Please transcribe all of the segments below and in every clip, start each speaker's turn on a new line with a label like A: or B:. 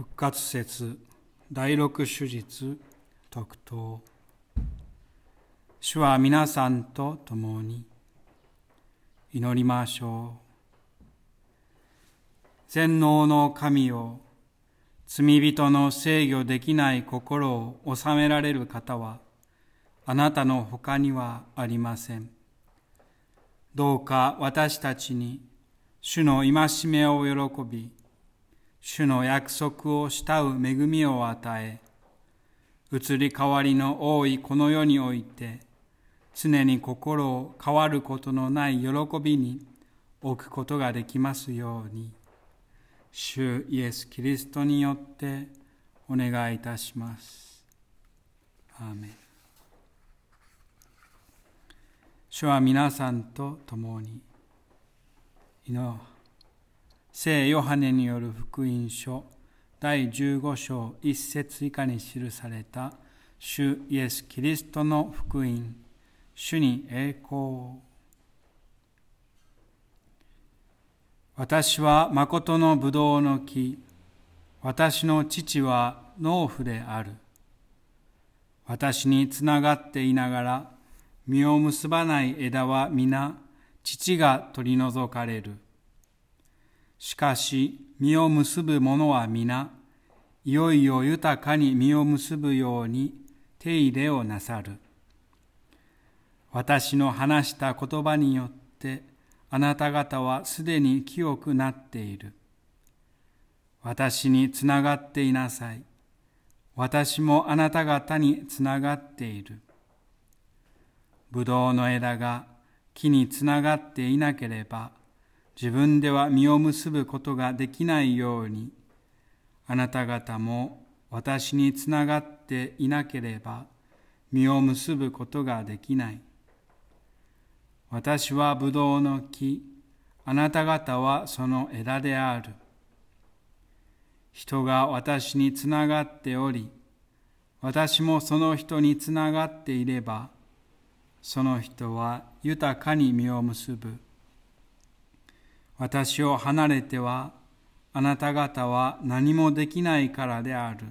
A: 復活節第六主日特答。主は皆さんと共に。祈りましょう。全能の神よ、罪人の制御できない心を治められる方はあなたの他にはありません。どうか私たちに主の戒めを喜び、主の約束を慕う恵みを与え、移り変わりの多いこの世において、常に心を変わることのない喜びに置くことができますように、主イエス・キリストによってお願いいたします。アーメン。主は皆さんと共に。聖ヨハネによる福音書第15章1節以下に記された主イエス・キリストの福音、主に栄光。私は誠の葡萄の木、私の父は農夫である。私につながっていながら実を結ばない枝は皆父が取り除かれる。しかし実を結ぶ者は皆いよいよ豊かに実を結ぶように手入れをなさる。私の話した言葉によってあなた方はすでに清くなっている。私につながっていなさい。私もあなた方につながっている。ぶどうの枝が木につながっていなければ、自分では実を結ぶことができないように、あなた方も私につながっていなければ、実を結ぶことができない。私はぶどうの木、あなた方はその枝である。人が私につながっており、私もその人につながっていれば、その人は豊かに実を結ぶ。私を離れては、あなた方は何もできないからである。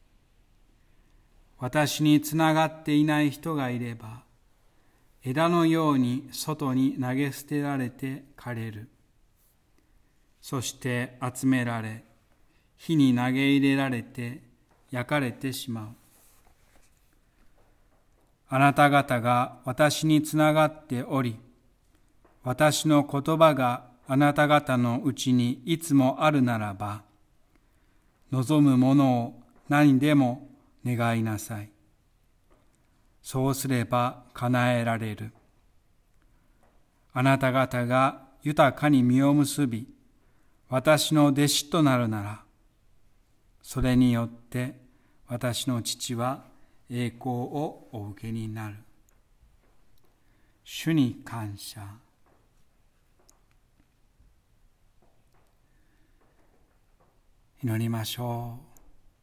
A: 私につながっていない人がいれば、枝のように外に投げ捨てられて枯れる。そして集められ、火に投げ入れられて焼かれてしまう。あなた方が私につながっており、私の言葉があなた方のうちにいつもあるならば、望むものを何でも願いなさい。そうすれば叶えられる。あなた方が豊かに実を結び、私の弟子となるなら、それによって私の父は栄光をお受けになる。主に感謝。祈りましょう。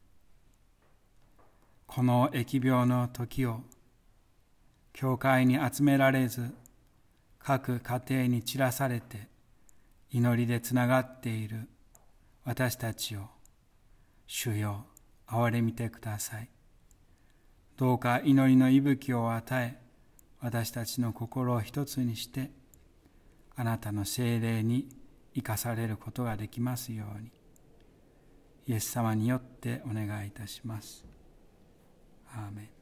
A: この疫病の時を、教会に集められず、各家庭に散らされて、祈りでつながっている私たちを、主よ、憐れみてください。どうか祈りの息吹を与え、私たちの心を一つにして、あなたの聖霊に生かされることができますように、イエス様によってお願いいたします。アーメン。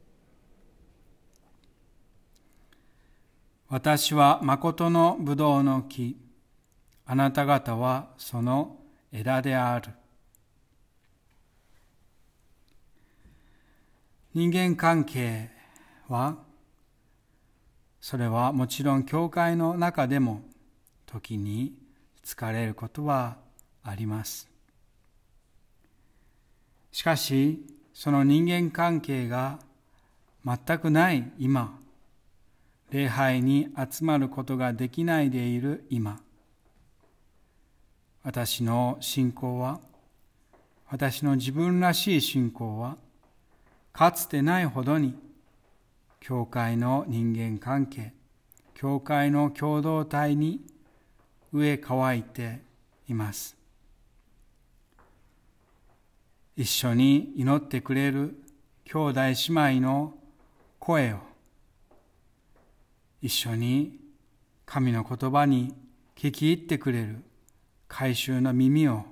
A: 私は誠の葡萄の木、あなた方はその枝である。人間関係は、それはもちろん教会の中でも時に疲れることはあります。しかし、その人間関係が全くない今、礼拝に集まることができないでいる今、私の信仰は、私の自分らしい信仰は、かつてないほどに、教会の人間関係、教会の共同体に飢え渇いています。 一緒に祈ってくれる兄弟姉妹の声を、一緒に神の言葉に聞き入ってくれる改宗の耳を、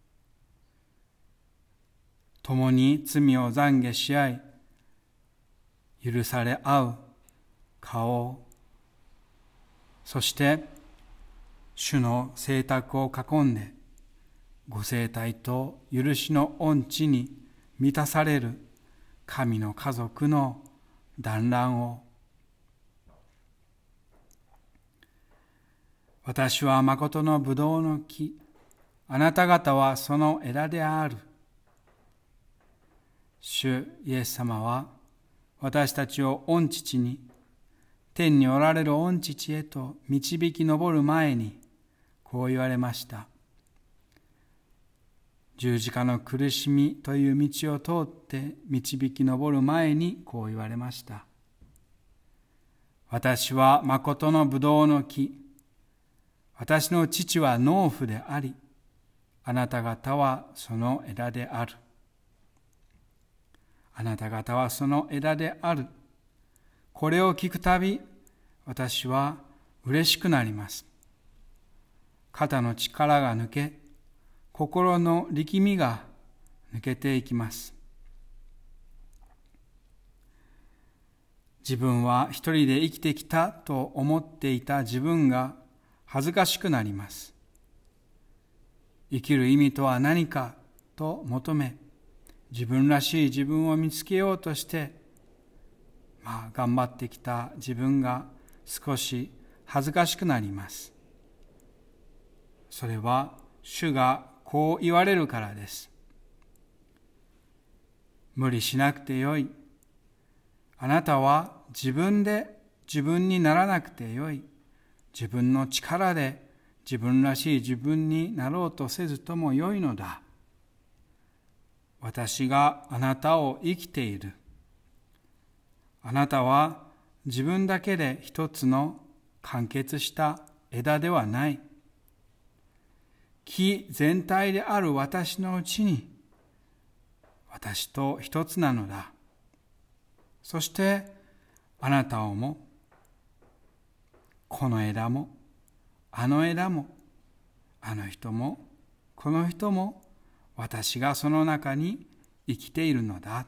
A: 共に罪を懺悔し合い、許され合う顔を、そして主の聖卓を囲んで、ご聖体と許しの恩地に満たされる神の家族の団らんを、私は誠の葡萄の木、あなた方はその枝である。主イエス様は私たちを御父に、天におられる御父へと導き上る前にこう言われました。十字架の苦しみという道を通って導き上る前にこう言われました。私は誠の葡萄の木、私の父は農夫であり、あなた方はその枝である。あなた方はその枝である。これを聞くたび、私は嬉しくなります。肩の力が抜け、心の力みが抜けていきます。自分は一人で生きてきたと思っていた自分が恥ずかしくなります。生きる意味とは何かと求め、自分らしい自分を見つけようとして、頑張ってきた自分が少し恥ずかしくなります。それは主がこう言われるからです。無理しなくてよい。あなたは自分で自分にならなくてよい。自分の力で自分らしい自分になろうとせずともよいのだ。私があなたを生きている。あなたは自分だけで一つの完結した枝ではない。木全体である私のうちに私と一つなのだ。そしてあなたをも、この枝も、あの枝も、あの人も、この人も、私がその中に生きているのだ。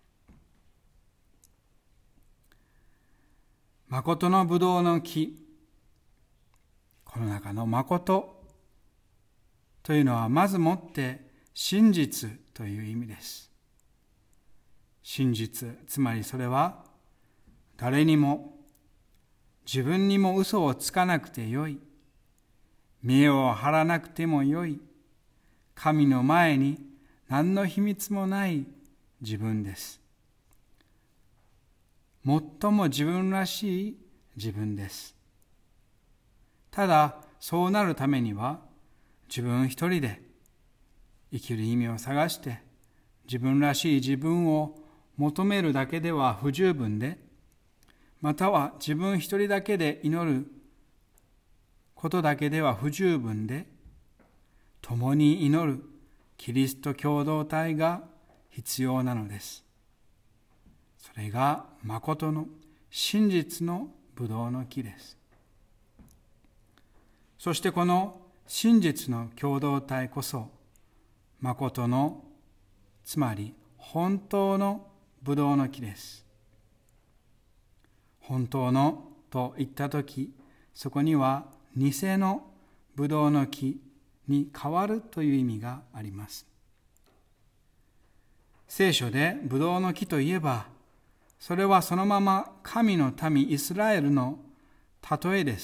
A: 誠の葡萄の木、この中の誠というのはまずもって真実という意味です。真実、つまりそれは誰にも自分にも嘘をつかなくてよい、見栄を張らなくてもよい、神の前に何の秘密もない自分です。最も自分らしい自分です。ただ、そうなるためには、自分一人で生きる意味を探して、自分らしい自分を求めるだけでは不十分で、または自分一人だけで祈ることだけでは不十分で、共に祈るキリスト共同体が必要なのです。それが誠の真実の葡萄の木です。そしてこの真実の共同体こそ、誠の、つまり本当の葡萄の木です。本当のと言ったとき、そこには偽の葡萄の木に変わるという意味があります。聖書で葡萄の木といえば、それはそのまま神の民イスラエルの例えです。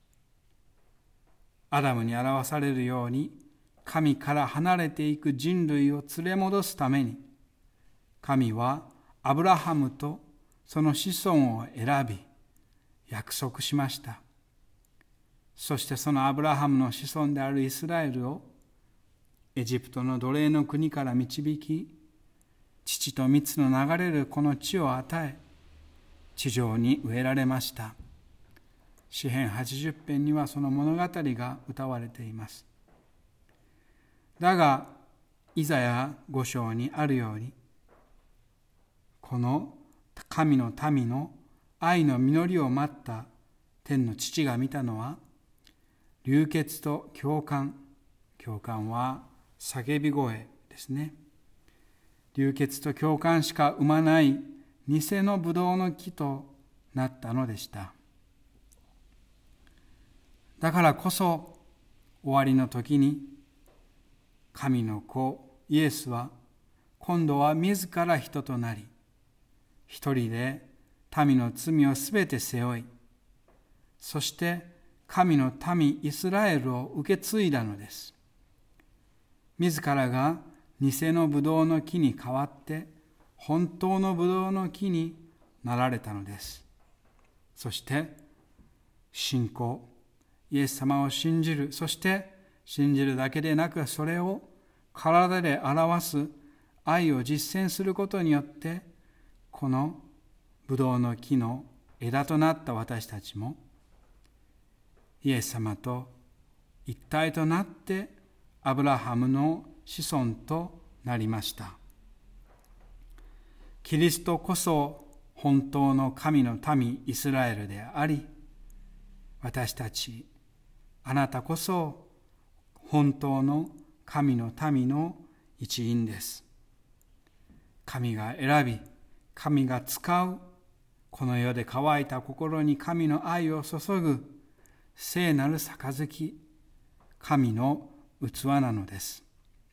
A: アダムに表されるように、神から離れていく人類を連れ戻すために、神はアブラハムとその子孫を選び、約束しました。そしてそのアブラハムの子孫であるイスラエルをエジプトの奴隷の国から導き、乳と蜜の流れるこの地を与え、地上に植えられました。詩編80編にはその物語が歌われています。だが、 イザヤ5章にあるように、この神の民の愛の実りを待った天の父が見たのは、流血と共感。共感は叫び声ですね。流血と共感しか生まない偽のブドウの木となったのでした。だからこそ終わりの時に神の子イエスは今度は自ら人となり、一人で民の罪をすべて背負い、そして神の民イスラエルを受け継いだのです。自らが偽のブドウの木に代わって本当のブドウの木になられたのです。そして信仰、イエス様を信じる、そして信じるだけでなく、それを体で表す愛を実践することによって、このブドウの木の枝となった私たちもイエス様と一体となってアブラハムの子孫となりました。キリストこそ本当の神の民イスラエルであり、私たち、あなたこそ本当の神の民の一員です。神が選び、神が使う、この世で乾いた心に神の愛を注ぐ聖なる杯、神の器なのです。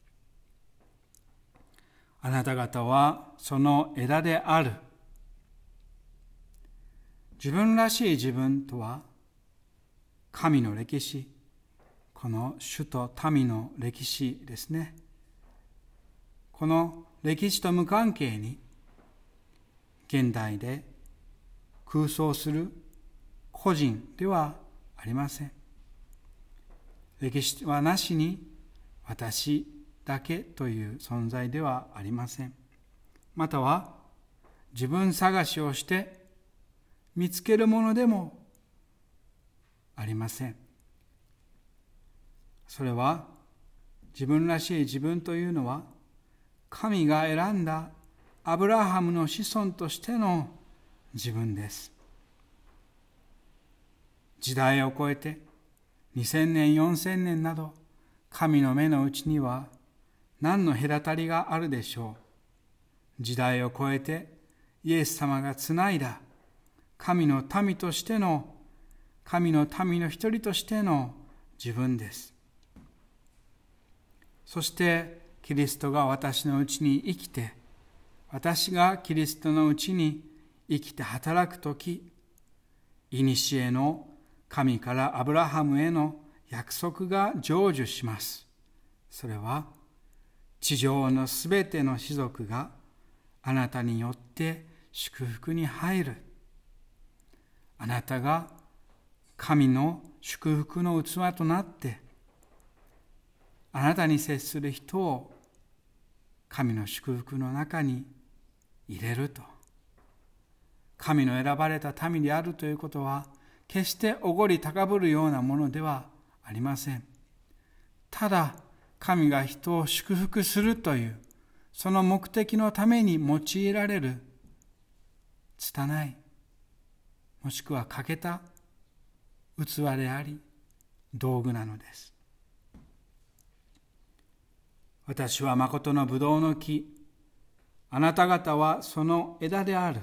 A: あなた方はその枝である。自分らしい自分とは、神の歴史、この主と民の歴史ですね。この歴史と無関係に、現代で空想する個人ではありません。歴史はなしに私だけという存在ではありません。または自分探しをして見つけるものでもありません。それは自分らしい自分というのは、神が選んだアブラハムの子孫としての自分です。時代を超えて2000年4000年など、神の目のうちには何の隔たりがあるでしょう。時代を超えてイエス様がつないだ神の民としての、神の民の一人としての自分です。そしてキリストが私のうちに生きて、私がキリストのうちに生きて働くとき、古の神からアブラハムへの約束が成就します。それは地上のすべての士族があなたによって祝福に入る。あなたが神の祝福の器となって、あなたに接する人を神の祝福の中に入れると。神の選ばれた民であるということは、決しておごり高ぶるようなものではありません。ただ、神が人を祝福するという、その目的のために用いられる、拙い、もしくは欠けた器であり、道具なのです。私は誠のブドウの木、あなた方はその枝である。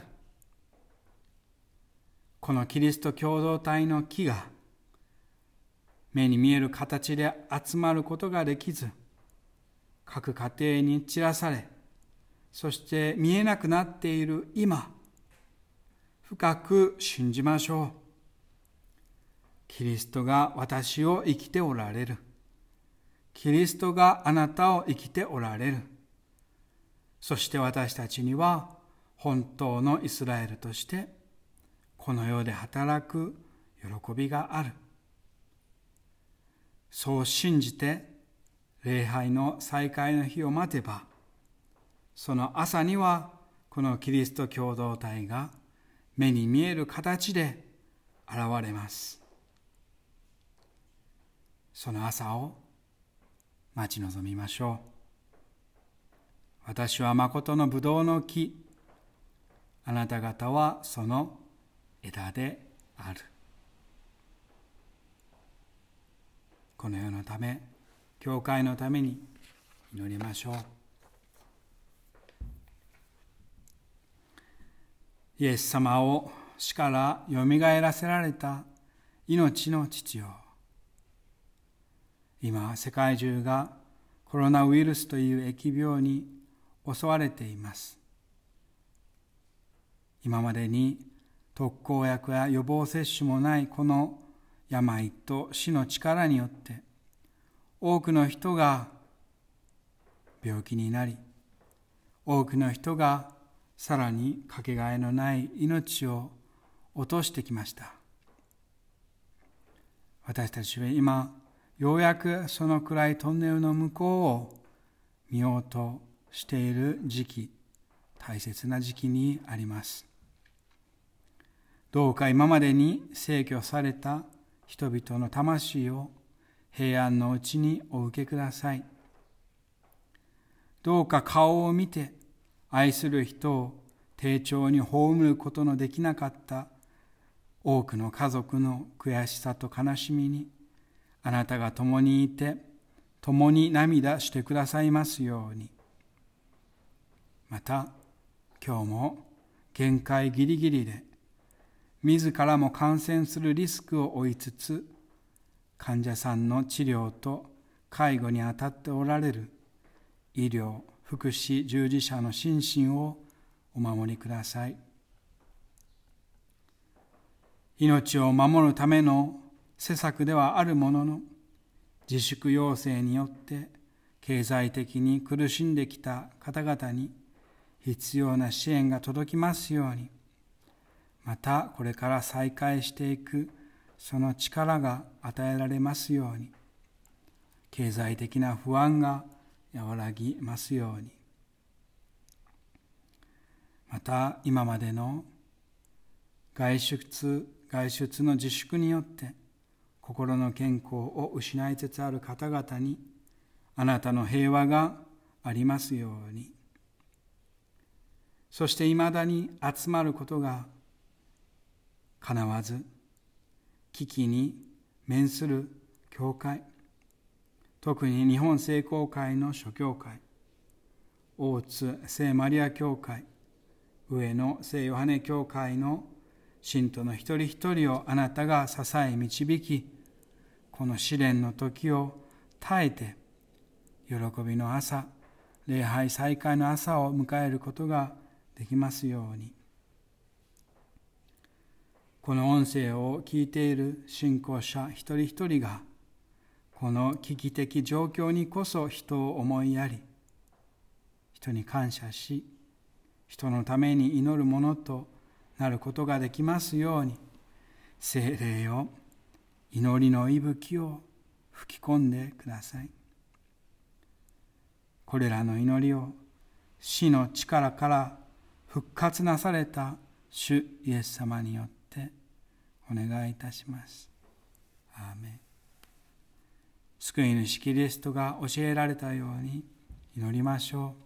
A: このキリスト共同体の木が目に見える形で集まることができず、各家庭に散らされ、そして見えなくなっている今、深く信じましょう。キリストが私を生きておられる。キリストがあなたを生きておられる。そして私たちには本当のイスラエルとしてこの世で働く喜びがある。そう信じて礼拝の再開の日を待てば、その朝にはこのキリスト共同体が目に見える形で現れます。その朝を待ち望みましょう。 私は誠のブドウの木、あなた方はその枝である。この世のため、教会のために祈りましょう。イエス様を死からよみがえらせられた命の父よ、今世界中がコロナウイルスという疫病に襲われています。今までに特効薬や予防接種もないこの病と死の力によって多くの人が病気になり、多くの人がさらにかけがえのない命を落としてきました。私たちは今ようやくその暗いトンネルの向こうを見ようとしている時期、大切な時期にあります。どうか今までに逝去された人々の魂を平安のうちにお受けください。どうか顔を見て愛する人を丁重に葬ることのできなかった多くの家族の悔しさと悲しみにあなたが共にいて共に涙してくださいますように。また今日も限界ギリギリで自らも感染するリスクを負いつつ患者さんの治療と介護に当たっておられる医療・福祉従事者の心身をお守りください。命を守るための施策ではあるものの、自粛要請によって経済的に苦しんできた方々に必要な支援が届きますように、またこれから再開していくその力が与えられますように、経済的な不安が和らぎますように、また今までの外出の自粛によって心の健康を失いつつある方々にあなたの平和がありますように、そして未だに集まることがかなわず危機に面する教会、特に日本聖公会の諸教会、大津聖マリア教会、上野聖ヨハネ教会の信徒の一人一人をあなたが支え導き、この試練の時を耐えて喜びの朝、礼拝再開の朝を迎えることができますように。この音声を聞いている信仰者一人一人がこの危機的状況にこそ人を思いやり、人に感謝し、人のために祈るものとなることができますように、聖霊を、祈りの息吹を吹き込んでください。これらの祈りを死の力から復活なされた主イエス様によってお願いいたします。アーメン。救い主キリストが教えられたように祈りましょう。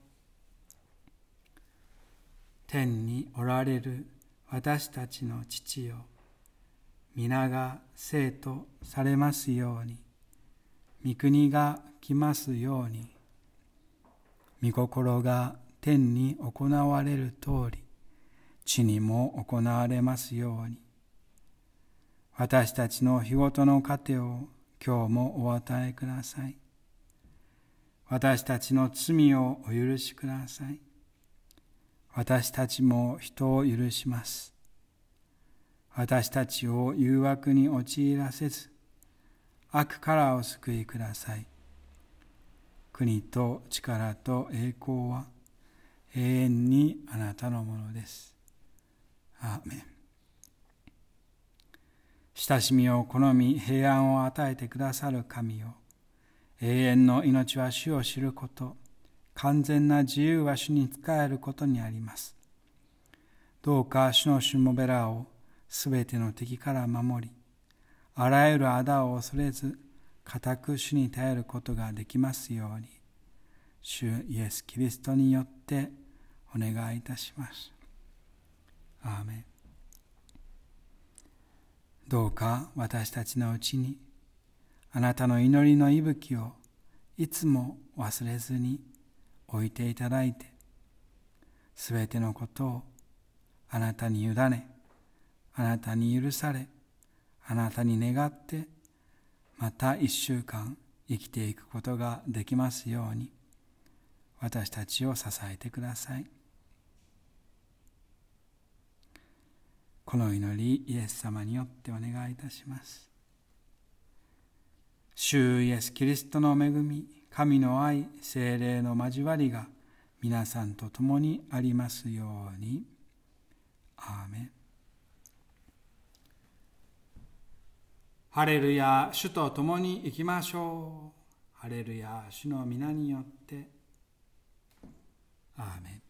A: 天におられる私たちの父よ、皆が聖とされますように、御国が来ますように、御心が天に行われる通り、地にも行われますように。私たちの日ごとの糧を今日もお与えください。私たちの罪をお許しください。私たちも人を許します。私たちを誘惑に陥らせず、悪からお救いください。国と力と栄光は永遠にあなたのものです。アーメン。親しみを好み平安を与えてくださる神よ、永遠の命は主を知ること、完全な自由は主に仕えることにあります。どうか主のしもべらをすべての敵から守り、あらゆる仇を恐れず固く主に頼ることができますように。 主イエス・キリストによってお願いいたします。アーメン。どうか私たちのうちにあなたの祈りの息吹をいつも忘れずに置いていただいて、すべてのことをあなたに委ね、あなたに許され、あなたに願って、また1週間生きていくことができますように、私たちを支えてください。この祈り、イエス様によってお願いいたします。主イエス・キリストの恵み、神の愛、聖霊の交わりが皆さんと共にありますように。アーメン。ハレルヤ、主と共に行きましょう。ハレルヤ、主の皆によって。アーメン。